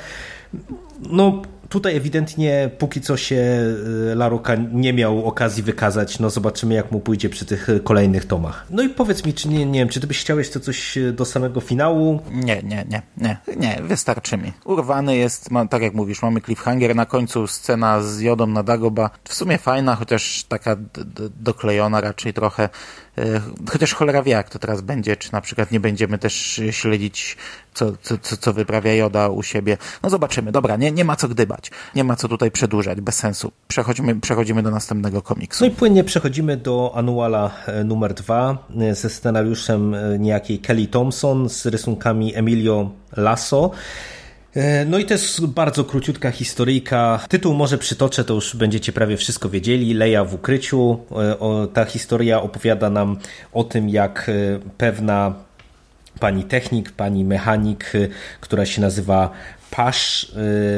No tutaj ewidentnie póki co się LaRocca nie miał okazji wykazać. No zobaczymy, jak mu pójdzie przy tych kolejnych tomach. No i powiedz mi, czy nie, nie wiem, czy ty byś chciał jeszcze coś do samego finału? Nie, nie, nie, nie, nie, wystarczy mi. Urwany jest, ma, tak jak mówisz, mamy cliffhanger, na końcu scena z Jodą na Dagoba. W sumie fajna, chociaż taka d- d- doklejona raczej trochę. Chociaż cholera wie, jak to teraz będzie, czy na przykład nie będziemy też śledzić, co, co, co wyprawia Joda u siebie. No zobaczymy. Dobra, nie, nie ma co gdybać. Nie ma co tutaj przedłużać, bez sensu. Przechodzimy, przechodzimy do następnego komiksu. No i płynnie przechodzimy do Annuala numer dwa ze scenariuszem niejakiej Kelly Thompson z rysunkami Emilio Lasso. No i to jest bardzo króciutka historyjka. Tytuł może przytoczę, to już będziecie prawie wszystko wiedzieli. Leia w ukryciu. Ta historia opowiada nam o tym, jak pewna pani technik, pani mechanik, która się nazywa Pasz,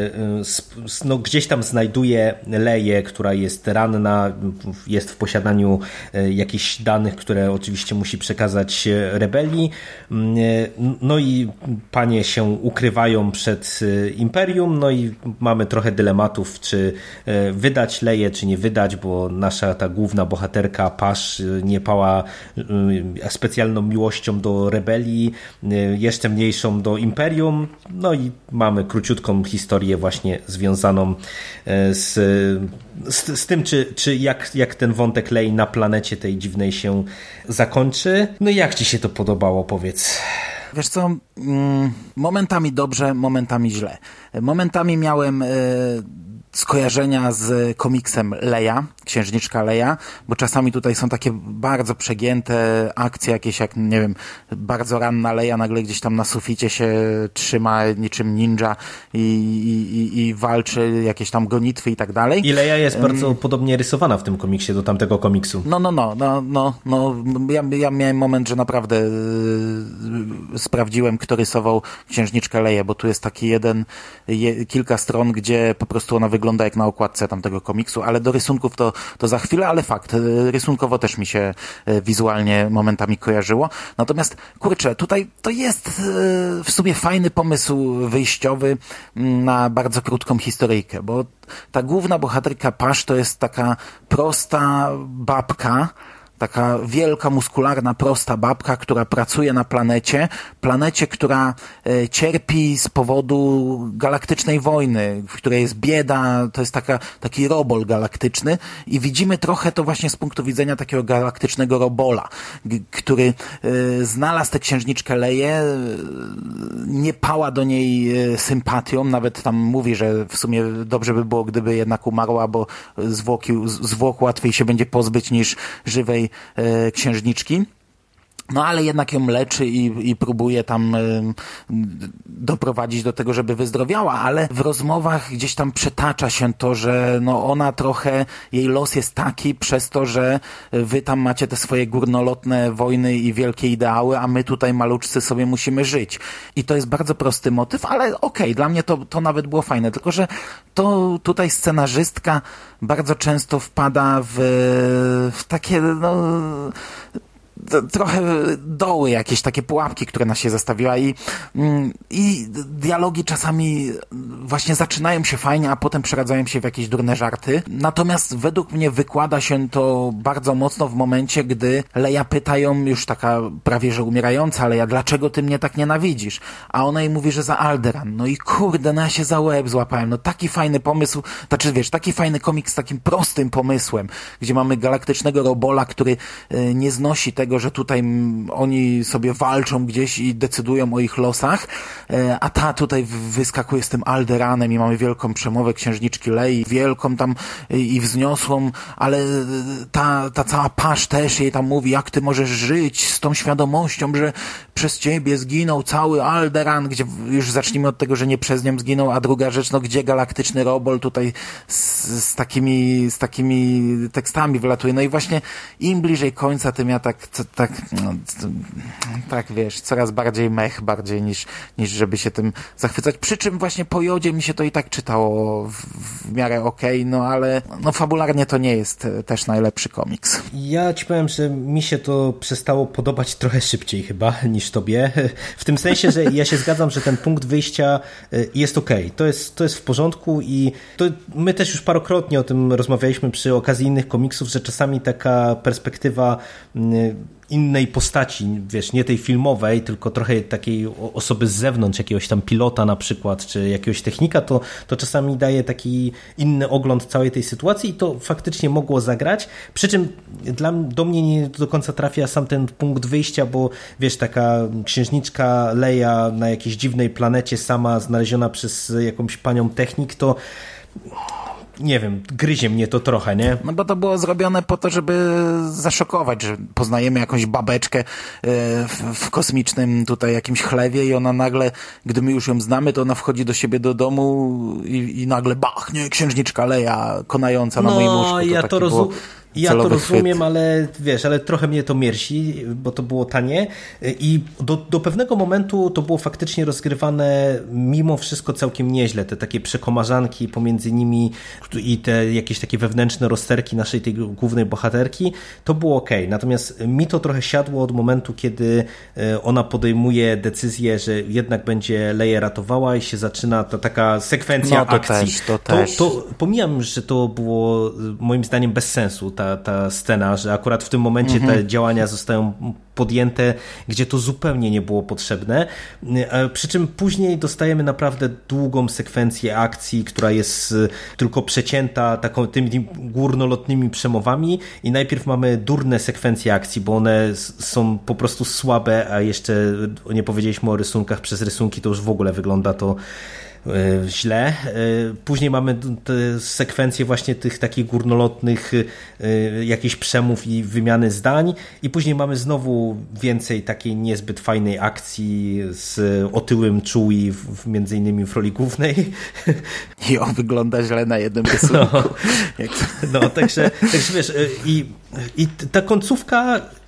no, gdzieś tam znajduje Leję, która jest ranna, jest w posiadaniu jakichś danych, które oczywiście musi przekazać rebelii. No i panie się ukrywają przed Imperium, no i mamy trochę dylematów, czy wydać Leję, czy nie wydać, bo nasza ta główna bohaterka Pasz nie pała specjalną miłością do rebelii, jeszcze mniejszą do Imperium, no i mamy króciutką historię właśnie związaną z, z, z tym, czy, czy jak, jak ten wątek Lei na planecie tej dziwnej się zakończy. No i jak ci się to podobało, powiedz? Wiesz co, momentami dobrze, momentami źle. Momentami miałem skojarzenia z komiksem Leia, Księżniczka Leia, bo czasami tutaj są takie bardzo przegięte akcje, jakieś jak, nie wiem, bardzo ranna Leia nagle gdzieś tam na suficie się trzyma niczym ninja i, i, i walczy, jakieś tam gonitwy i tak dalej. I Leia jest bardzo um, podobnie rysowana w tym komiksie do tamtego komiksu. No, no, no, no, no, no ja, ja miałem moment, że naprawdę yy, sprawdziłem, kto rysował Księżniczkę Leię, bo tu jest taki jeden, je, kilka stron, gdzie po prostu ona wygląda jak na okładce tamtego komiksu, ale do rysunków to to za chwilę, ale fakt, rysunkowo też mi się wizualnie momentami kojarzyło. Natomiast, kurczę, tutaj to jest w sumie fajny pomysł wyjściowy na bardzo krótką historyjkę, bo ta główna bohaterka Pasz to jest taka prosta babka, taka wielka, muskularna, prosta babka, która pracuje na planecie, planecie, która e, cierpi z powodu galaktycznej wojny, w której jest bieda, to jest taka, taki robol galaktyczny i widzimy trochę to właśnie z punktu widzenia takiego galaktycznego robola, g- który e, znalazł tę księżniczkę Leję, e, nie pała do niej e, sympatią, nawet tam mówi, że w sumie dobrze by było, gdyby jednak umarła, bo zwłoki, zwłok łatwiej się będzie pozbyć niż żywej e, księżniczki. No ale jednak ją leczy i, i próbuje tam y, doprowadzić do tego, żeby wyzdrowiała, ale w rozmowach gdzieś tam przetacza się to, że no ona trochę, jej los jest taki przez to, że wy tam macie te swoje górnolotne wojny i wielkie ideały, a my tutaj maluczcy sobie musimy żyć. I to jest bardzo prosty motyw, ale okej, okay, dla mnie to, to nawet było fajne, tylko że to tutaj scenarzystka bardzo często wpada w, w takie no trochę doły, jakieś takie pułapki, które nas się zastawiła i, i dialogi czasami właśnie zaczynają się fajnie, a potem przeradzają się w jakieś durne żarty. Natomiast według mnie wykłada się to bardzo mocno w momencie, gdy Leia pyta ją, już taka prawie że umierająca Leia, dlaczego ty mnie tak nienawidzisz? A ona jej mówi, że za Alderaan. No i kurde, no ja się za łeb złapałem. No taki fajny pomysł, znaczy wiesz, taki fajny komiks z takim prostym pomysłem, gdzie mamy galaktycznego robola, który y, nie znosi tego, że tutaj oni sobie walczą gdzieś i decydują o ich losach, a ta tutaj wyskakuje z tym Alderanem i mamy wielką przemowę księżniczki Lei, wielką tam i wzniosłą, ale ta, ta cała Pasz też jej tam mówi, jak ty możesz żyć z tą świadomością, że przez ciebie zginął cały Alderan, gdzie już zacznijmy od tego, że nie przez nią zginął, a druga rzecz, no gdzie galaktyczny robol tutaj z, z takimi z takimi tekstami wylatuje. No i właśnie im bliżej końca, tym ja tak tak, no, tak wiesz, coraz bardziej mech, bardziej niż, niż żeby się tym zachwycać. Przy czym właśnie po Jodzie mi się to i tak czytało w, w miarę okej, okay, no ale no fabularnie to nie jest też najlepszy komiks. Ja ci powiem, że mi się to przestało podobać trochę szybciej chyba niż tobie. W tym sensie, że ja się zgadzam, że ten punkt wyjścia jest okej. Okay. To jest, to jest w porządku i to my też już parokrotnie o tym rozmawialiśmy przy okazji innych komiksów, że czasami taka perspektywa innej postaci, wiesz, nie tej filmowej, tylko trochę takiej osoby z zewnątrz, jakiegoś tam pilota na przykład, czy jakiegoś technika, to, to czasami daje taki inny ogląd całej tej sytuacji i to faktycznie mogło zagrać, przy czym dla, do mnie nie do końca trafia sam ten punkt wyjścia, bo wiesz, taka księżniczka Leia na jakiejś dziwnej planecie sama znaleziona przez jakąś panią technik, to nie wiem, gryzie mnie to trochę, nie? No bo to było zrobione po to, żeby zaszokować, że poznajemy jakąś babeczkę w, w kosmicznym tutaj jakimś chlewie i ona nagle, gdy my już ją znamy, to ona wchodzi do siebie do domu i, i nagle bach, nie, księżniczka Leia konająca na no, moim łóżku. To ja to rozumiem. Ja to rozumiem, chwyt. ale wiesz, ale trochę mnie to mierzi, bo to było tanie i do, do pewnego momentu to było faktycznie rozgrywane mimo wszystko całkiem nieźle. Te takie przekomarzanki pomiędzy nimi i te jakieś takie wewnętrzne rozterki naszej tej głównej bohaterki, to było okej. Natomiast mi to trochę siadło od momentu, kiedy ona podejmuje decyzję, że jednak będzie Leię ratowała i się zaczyna ta taka sekwencja no, to akcji. Też, to, to, też. to pomijam, że to było moim zdaniem bez sensu. Ta, ta scena, że akurat w tym momencie te mhm. działania zostają podjęte, gdzie to zupełnie nie było potrzebne. Przy czym później dostajemy naprawdę długą sekwencję akcji, która jest tylko przecięta taką tymi górnolotnymi przemowami i najpierw mamy durne sekwencje akcji, bo one są po prostu słabe, a jeszcze nie powiedzieliśmy o rysunkach. Przez rysunki to już w ogóle wygląda to źle. Później mamy te sekwencje właśnie tych takich górnolotnych jakichś przemów i wymiany zdań i później mamy znowu więcej takiej niezbyt fajnej akcji z otyłym Chewie w, między innymi w roli głównej. I on wygląda źle na jednym rysunku. No, no także, także wiesz i, i ta końcówka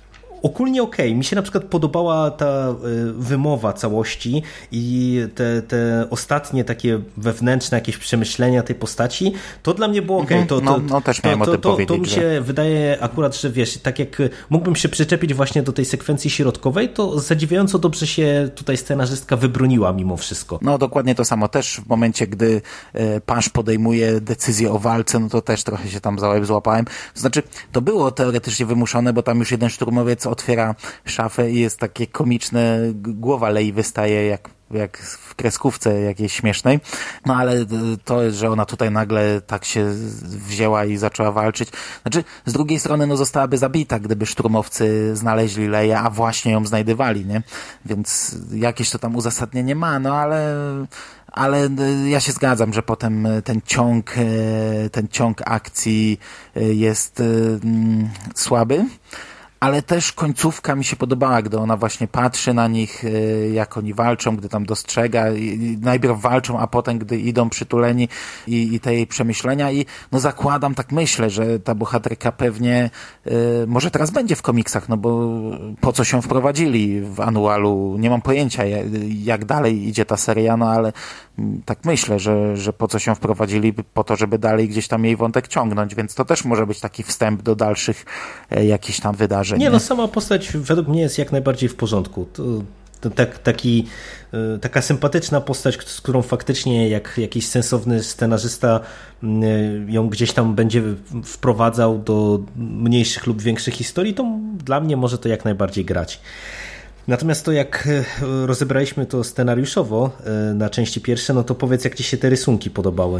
ogólnie okej. Okay. Mi się na przykład podobała ta wymowa całości i te, te ostatnie takie wewnętrzne jakieś przemyślenia tej postaci, to dla mnie było okej. Okay. To, to, no, no też miałem to, o tym to, powiedzieć. To mi się że... wydaje akurat, że wiesz, tak jak mógłbym się przyczepić właśnie do tej sekwencji środkowej, to zadziwiająco dobrze się tutaj scenarzystka wybroniła mimo wszystko. No dokładnie to samo. Też w momencie, gdy Pasz podejmuje decyzję o walce, no to też trochę się tam za łeb złapałem. To znaczy, to było teoretycznie wymuszone, bo tam już jeden szturmowiec otwiera szafę i jest takie komiczne, głowa Lei wystaje jak jak w kreskówce jakiejś śmiesznej, no ale to, że ona tutaj nagle tak się wzięła i zaczęła walczyć, znaczy z drugiej strony no zostałaby zabita, gdyby szturmowcy znaleźli Leię, a właśnie ją znajdywali, nie? Więc jakieś to tam uzasadnienie ma, no ale ale ja się zgadzam, że potem ten ciąg ten ciąg akcji jest mm, słaby. Ale też końcówka mi się podobała, gdy ona właśnie patrzy na nich, jak oni walczą, gdy tam dostrzega. I najpierw walczą, a potem, gdy idą przytuleni i, i te jej przemyślenia. I no zakładam, tak myślę, że ta bohaterka pewnie y, może teraz będzie w komiksach, no bo po co się wprowadzili w Annualu? Nie mam pojęcia, jak, jak dalej idzie ta seria, no ale tak myślę, że, że po co się wprowadzili, po to, żeby dalej gdzieś tam jej wątek ciągnąć, więc to też może być taki wstęp do dalszych e, jakichś tam wydarzeń. Nie, nie, no sama postać według mnie jest jak najbardziej w porządku. To, to tak, taki, taka sympatyczna postać, z którą faktycznie jak jakiś sensowny scenarzysta ją gdzieś tam będzie wprowadzał do mniejszych lub większych historii, to dla mnie może to jak najbardziej grać. Natomiast to jak rozebraliśmy to scenariuszowo na części pierwsze, no to powiedz, jak ci się te rysunki podobały?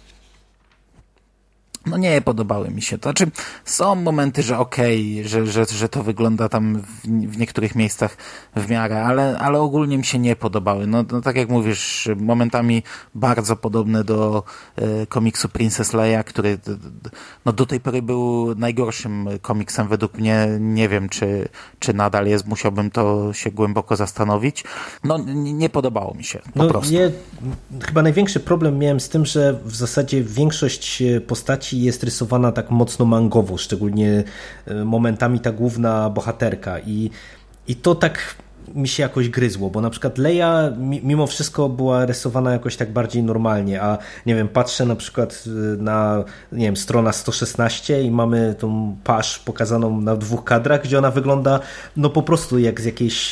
No nie podobały mi się. To znaczy są momenty, że okej, okay, że, że, że to wygląda tam w, w niektórych miejscach w miarę, ale, ale ogólnie mi się nie podobały. No, no tak jak mówisz, momentami bardzo podobne do e, komiksu Princess Leia, który d, d, no do tej pory był najgorszym komiksem według mnie. Nie wiem, czy, czy nadal jest. Musiałbym to się głęboko zastanowić. No nie, nie podobało mi się po no, prostu. Nie, chyba największy problem miałem z tym, że w zasadzie większość postaci jest rysowana tak mocno mangowo, szczególnie momentami ta główna bohaterka i, i to tak mi się jakoś gryzło, bo na przykład Leia mimo wszystko była rysowana jakoś tak bardziej normalnie, a nie wiem, patrzę na przykład na, nie wiem, strona sto szesnaście i mamy tą Pasz pokazaną na dwóch kadrach, gdzie ona wygląda no po prostu jak z jakiejś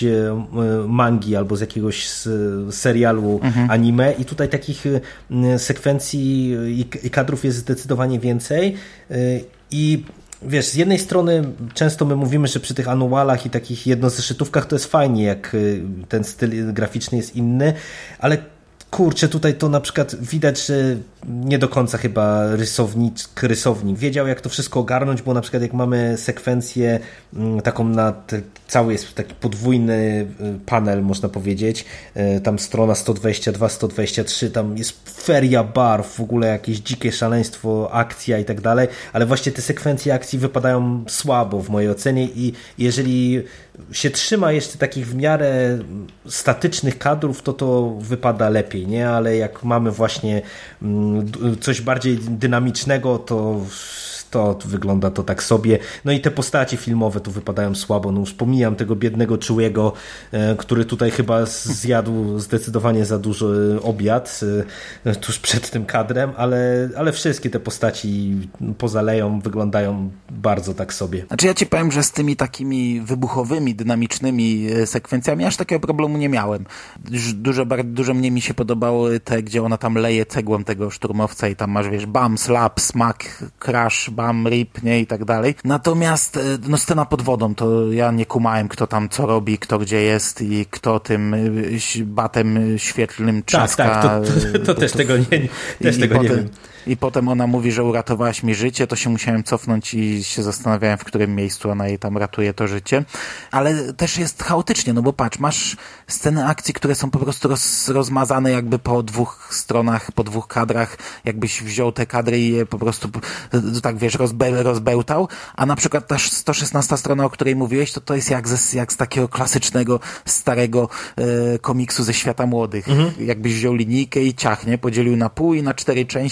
mangi albo z jakiegoś serialu mhm. anime i tutaj takich sekwencji i kadrów jest zdecydowanie więcej i wiesz, z jednej strony często my mówimy, że przy tych anualach i takich jednozeszytówkach to jest fajnie, jak ten styl graficzny jest inny, ale kurczę, tutaj to na przykład widać, że nie do końca chyba rysownik, rysownik wiedział, jak to wszystko ogarnąć, bo na przykład jak mamy sekwencję taką na te, cały jest taki podwójny panel, można powiedzieć, tam strona sto dwadzieścia dwa, sto dwadzieścia trzy, tam jest feria barw, w ogóle jakieś dzikie szaleństwo, akcja i tak dalej, ale właśnie te sekwencje akcji wypadają słabo w mojej ocenie i jeżeli się trzyma jeszcze takich w miarę statycznych kadrów, to to wypada lepiej, nie? Ale jak mamy właśnie coś bardziej dynamicznego, to to wygląda to tak sobie. No i te postacie filmowe tu wypadają słabo. No już pomijam tego biednego Chewiego, który tutaj chyba zjadł zdecydowanie za dużo obiad tuż przed tym kadrem, ale, ale wszystkie te postaci poza Leją wyglądają bardzo tak sobie. Znaczy ja ci powiem, że z tymi takimi wybuchowymi, dynamicznymi sekwencjami aż takiego problemu nie miałem. Dużo, dużo mnie mi się podobały te, gdzie ona tam leje cegłem tego szturmowca i tam masz, wiesz, bam, slap, smack, crash, bam, rip, nie, i tak dalej. Natomiast no scena pod wodą, to ja nie kumałem, kto tam co robi, kto gdzie jest i kto tym batem świetlnym trzaska. Tak, tak, to, to, to też tego nie, też i, tego i nie potem, wiem. I potem ona mówi, że uratowałaś mi życie, to się musiałem cofnąć i się zastanawiałem, w którym miejscu ona jej tam ratuje to życie. Ale też jest chaotycznie, no bo patrz, masz sceny akcji, które są po prostu roz, rozmazane jakby po dwóch stronach, po dwóch kadrach, jakbyś wziął te kadry i je po prostu tak, wiesz, rozbe, rozbełtał, a na przykład ta sto szesnasta strona, o której mówiłeś, to to jest jak, ze, jak z takiego klasycznego, starego e, komiksu ze świata młodych. Mhm. Jakbyś wziął linijkę i ciach, nie? Podzielił na pół i na cztery części i masz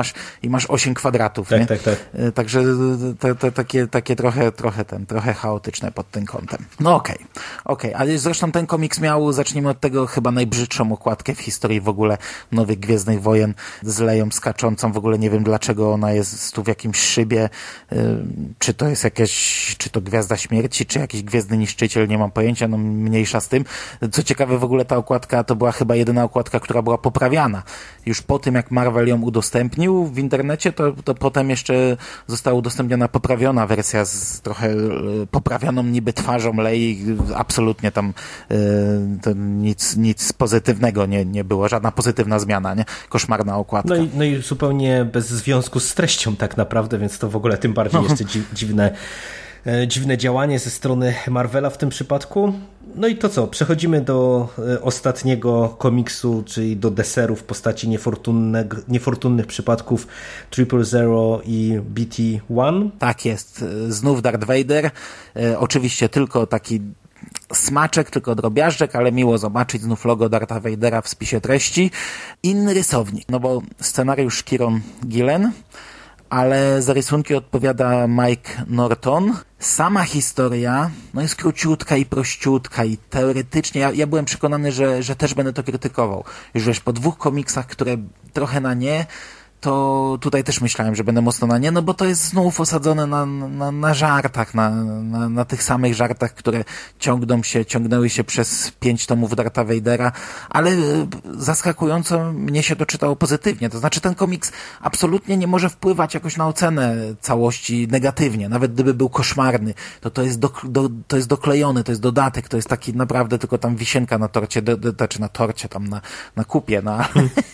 masz, i masz osiem kwadratów. Tak, nie? tak, tak. Także to, to, takie, takie trochę, trochę ten, trochę chaotyczne pod tym kątem. No okej, okay. okej, okay. Ale zresztą ten komiks miał, zacznijmy od tego, chyba najbrzydszą okładkę w historii w ogóle nowych Gwiezdnych Wojen z Leją skaczącą. W ogóle nie wiem, dlaczego ona jest tu w jakimś szybie, czy to jest jakieś, czy to Gwiazda Śmierci, czy jakiś Gwiezdny Niszczyciel, nie mam pojęcia, no mniejsza z tym. Co ciekawe, w ogóle ta okładka to była chyba jedyna okładka, która była poprawiana. Już po tym, jak Marvel ją udostępnił w internecie, to, to potem jeszcze została udostępniona poprawiona wersja z trochę poprawioną niby twarzą Lei. Absolutnie tam yy, to nic, nic pozytywnego nie, nie było, żadna pozytywna zmiana, nie? Koszmarna okładka. No i, no i zupełnie bez związku z treścią tak naprawdę, więc to w ogóle tym bardziej jeszcze dzi- dziwne dziwne działanie ze strony Marvela w tym przypadku. No i to co? Przechodzimy do ostatniego komiksu, czyli do deseru w postaci niefortunnych przypadków Triple Zero i B T jeden. Tak jest. Znów Darth Vader. E, oczywiście tylko taki smaczek, tylko drobiażdżek, ale miło zobaczyć znów logo Dartha Vadera w spisie treści. Inny rysownik, no bo scenariusz Kieron Gillen, ale za rysunki odpowiada Mike Norton. Sama historia no jest króciutka i prościutka i teoretycznie ja, ja byłem przekonany, że, że też będę to krytykował. Już wiesz, po dwóch komiksach, które trochę na nie, to tutaj też myślałem, że będę mocno na nie, no bo to jest znów osadzone na, na, na żartach, na, na, na tych samych żartach, które ciągną się, ciągnęły się przez pięć tomów Dartha Vadera, ale zaskakująco mnie się to czytało pozytywnie. To znaczy ten komiks absolutnie nie może wpływać jakoś na ocenę całości negatywnie. Nawet gdyby był koszmarny, to to jest, do, do, to jest doklejony, to jest dodatek, to jest taki naprawdę tylko tam wisienka na torcie, do, do, czy na torcie, tam na, na kupie, na...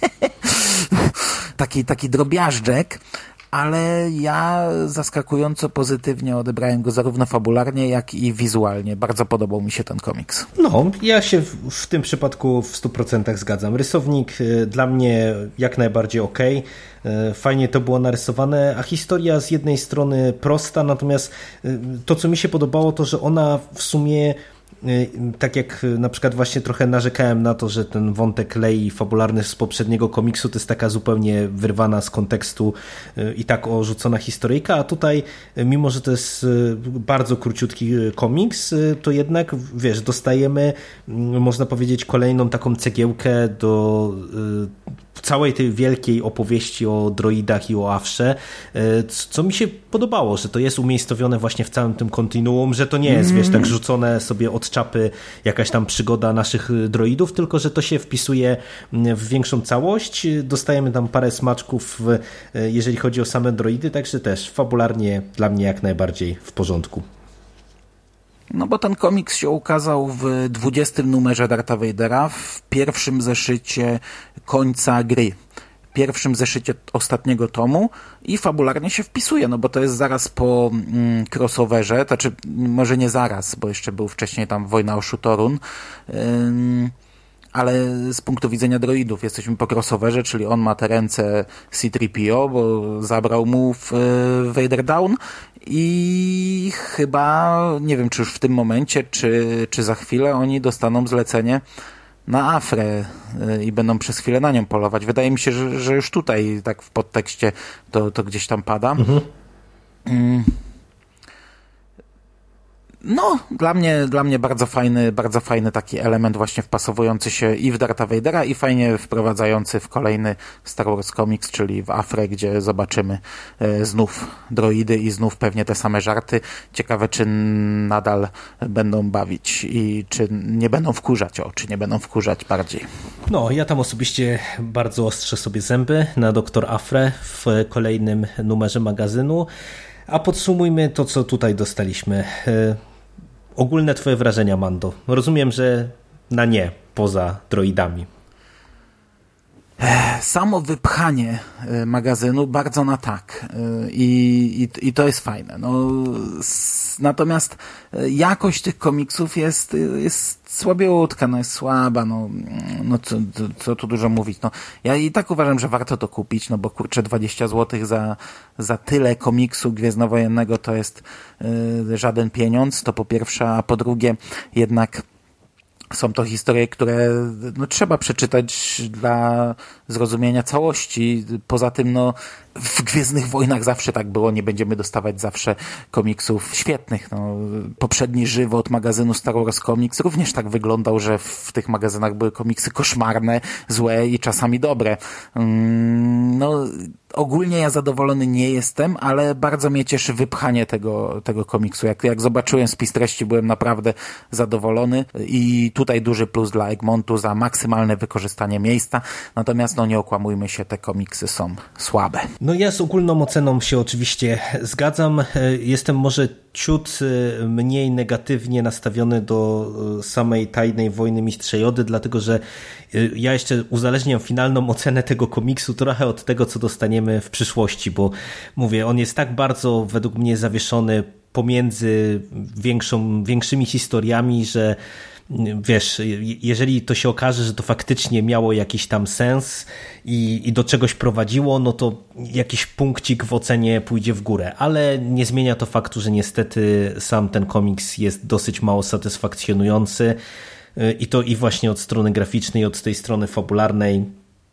Taki, taki drobiażdżek, ale ja zaskakująco pozytywnie odebrałem go zarówno fabularnie, jak i wizualnie. Bardzo podobał mi się ten komiks. No, ja się w, w tym przypadku w stu procentach zgadzam. Rysownik y, dla mnie jak najbardziej okej. Okay. Fajnie to było narysowane, a historia z jednej strony prosta, natomiast y, to, co mi się podobało, to, że ona w sumie tak jak na przykład właśnie trochę narzekałem na to, że ten wątek Lei fabularny z poprzedniego komiksu to jest taka zupełnie wyrwana z kontekstu i tak orzucona historyjka, a tutaj mimo, że to jest bardzo króciutki komiks, to jednak wiesz, dostajemy, można powiedzieć, kolejną taką cegiełkę do całej tej wielkiej opowieści o droidach i o Afrze, co mi się podobało, że to jest umiejscowione właśnie w całym tym kontinuum, że to nie jest, mm. wiesz, tak rzucone sobie od czapy jakaś tam przygoda naszych droidów, tylko że to się wpisuje w większą całość. Dostajemy tam parę smaczków, jeżeli chodzi o same droidy, także też fabularnie dla mnie jak najbardziej w porządku. No bo ten komiks się ukazał w dwudziestym numerze Dartha Vadera, w pierwszym zeszycie końca gry, pierwszym zeszycie ostatniego tomu i fabularnie się wpisuje, no bo to jest zaraz po mm, crossoverze, to znaczy może nie zaraz, bo jeszcze był wcześniej tam Wojna o Shutorun, ym, ale z punktu widzenia droidów jesteśmy po crossoverze, czyli on ma te ręce C trzy P O, bo zabrał mu w y, Vader Down i chyba, nie wiem czy już w tym momencie, czy, czy za chwilę oni dostaną zlecenie na Afrę i będą przez chwilę na nią polować. Wydaje mi się, że, że już tutaj tak w podtekście to, to gdzieś tam pada. Mhm. Mm. No, dla mnie, dla mnie bardzo fajny, bardzo fajny taki element właśnie wpasowujący się i w Dartha Vadera i fajnie wprowadzający w kolejny Star Wars Comics, czyli w Afrę, gdzie zobaczymy e, znów droidy i znów pewnie te same żarty. Ciekawe, czy nadal będą bawić i czy nie będą wkurzać, o, czy nie będą wkurzać bardziej. No, ja tam osobiście bardzo ostrzę sobie zęby na doktor Afrę w kolejnym numerze magazynu. A podsumujmy to, co tutaj dostaliśmy. E, ogólne twoje wrażenia, Mando. Rozumiem, że na nie, poza droidami. Samo wypchanie magazynu bardzo na tak i, i, i to jest fajne. No, s, natomiast jakość tych komiksów jest, jest słabiutka, no jest słaba, no, no co, co tu dużo mówić. No, ja i tak uważam, że warto to kupić, no bo kurczę dwadzieścia złotych za, za tyle komiksu gwiezdnowojennego to jest y, żaden pieniądz, to po pierwsze, a po drugie jednak Są to historie, które no, trzeba przeczytać dla zrozumienia całości. Poza tym, no, w Gwiezdnych Wojnach zawsze tak było, nie będziemy dostawać zawsze komiksów świetnych. No, poprzedni żywot magazynu Star Wars Comics również tak wyglądał, że w tych magazynach były komiksy koszmarne, złe i czasami dobre. No, ogólnie ja zadowolony nie jestem, ale bardzo mnie cieszy wypchanie tego, tego komiksu. Jak, jak zobaczyłem spis treści, byłem naprawdę zadowolony i tutaj duży plus dla Egmontu za maksymalne wykorzystanie miejsca. Natomiast, no nie okłamujmy się, te komiksy są słabe. No ja z ogólną oceną się oczywiście zgadzam. Jestem może ciut mniej negatywnie nastawiony do samej Tajnej Wojny Mistrza Jody, dlatego że ja jeszcze uzależniam finalną ocenę tego komiksu trochę od tego, co dostaniemy w przyszłości, bo mówię, on jest tak bardzo według mnie zawieszony pomiędzy większą, większymi historiami, że wiesz, jeżeli to się okaże, że to faktycznie miało jakiś tam sens i, i do czegoś prowadziło, no to jakiś punkcik w ocenie pójdzie w górę, ale nie zmienia to faktu, że niestety sam ten komiks jest dosyć mało satysfakcjonujący i to i właśnie od strony graficznej, i od tej strony fabularnej.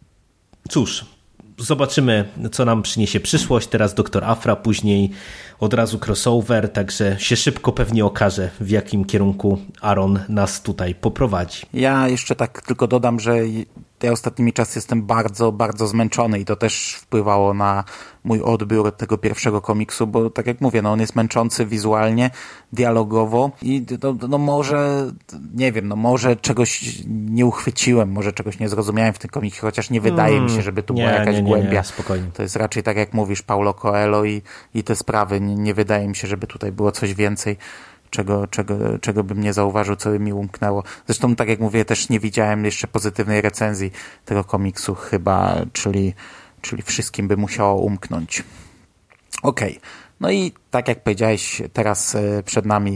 Cóż, zobaczymy, co nam przyniesie przyszłość. Teraz doktor Aphra, później od razu crossover, także się szybko pewnie okaże, w jakim kierunku Aaron nas tutaj poprowadzi. Ja jeszcze tak tylko dodam, że ja ostatnimi czasy jestem bardzo, bardzo zmęczony i to też wpływało na mój odbiór tego pierwszego komiksu, bo tak jak mówię, no on jest męczący wizualnie, dialogowo i no, no może, nie wiem, no może czegoś nie uchwyciłem, może czegoś nie zrozumiałem w tym komiksie, chociaż nie wydaje hmm, mi się, żeby tu nie, była jakaś nie, nie, głębia. Nie, spokojnie. To jest raczej tak jak mówisz, Paulo Coelho i, i te sprawy. Nie, nie wydaje mi się, żeby tutaj było coś więcej, czego, czego, czego bym nie zauważył, co by mi umknęło. Zresztą, tak jak mówię, też nie widziałem jeszcze pozytywnej recenzji tego komiksu chyba, czyli, czyli wszystkim by musiało umknąć. Okej. Okay. No i tak jak powiedziałeś, teraz przed nami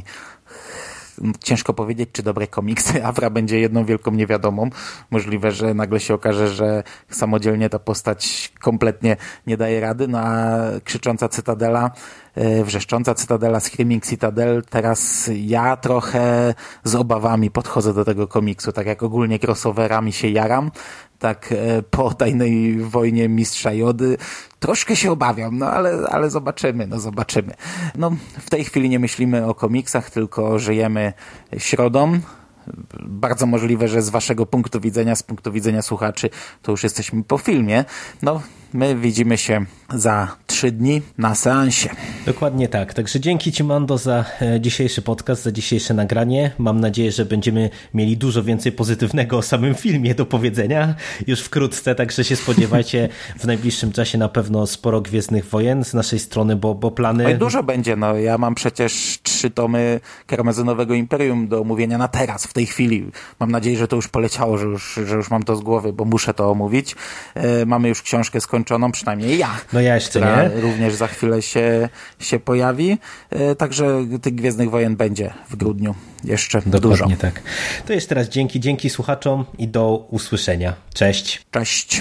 ciężko powiedzieć, czy dobre komiksy. Aphra będzie jedną wielką niewiadomą. Możliwe, że nagle się okaże, że samodzielnie ta postać kompletnie nie daje rady. No a Krzycząca Cytadela, Wrzeszcząca Cytadela, Screaming Citadel, teraz ja trochę z obawami podchodzę do tego komiksu. Tak jak ogólnie crossoverami się jaram, tak po Tajnej Wojnie Mistrza Jody troszkę się obawiam, no ale, ale zobaczymy, no zobaczymy. No w tej chwili nie myślimy o komiksach, tylko żyjemy środą. Bardzo możliwe, że z waszego punktu widzenia, z punktu widzenia słuchaczy, to już jesteśmy po filmie. No, my widzimy się za trzy dni na seansie. Dokładnie tak. Także dzięki ci, Mando, za dzisiejszy podcast, za dzisiejsze nagranie. Mam nadzieję, że będziemy mieli dużo więcej pozytywnego o samym filmie do powiedzenia już wkrótce, także się spodziewajcie w najbliższym czasie na pewno sporo Gwiezdnych Wojen z naszej strony, bo, bo plany... No i dużo będzie, no ja mam przecież trzy tomy Karmazynowego Imperium do omówienia na teraz, w tej chwili. Mam nadzieję, że to już poleciało, że już, że już mam to z głowy, bo muszę to omówić. E, mamy już książkę skończoną, przynajmniej ja. No ja jeszcze która nie. również za chwilę się, się pojawi. E, także tych Gwiezdnych Wojen będzie w grudniu jeszcze Dokładnie dużo. Dokładnie tak. To jeszcze raz dzięki, dzięki słuchaczom i do usłyszenia. Cześć. Cześć.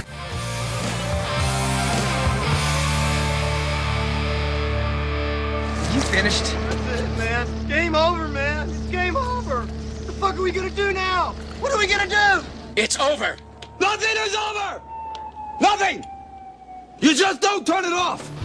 You finished? That's it, man. Game over, man. It's game over. What the fuck are we gonna do now? What are we gonna do? It's over. Nothing is over! Nothing! You just don't turn it off!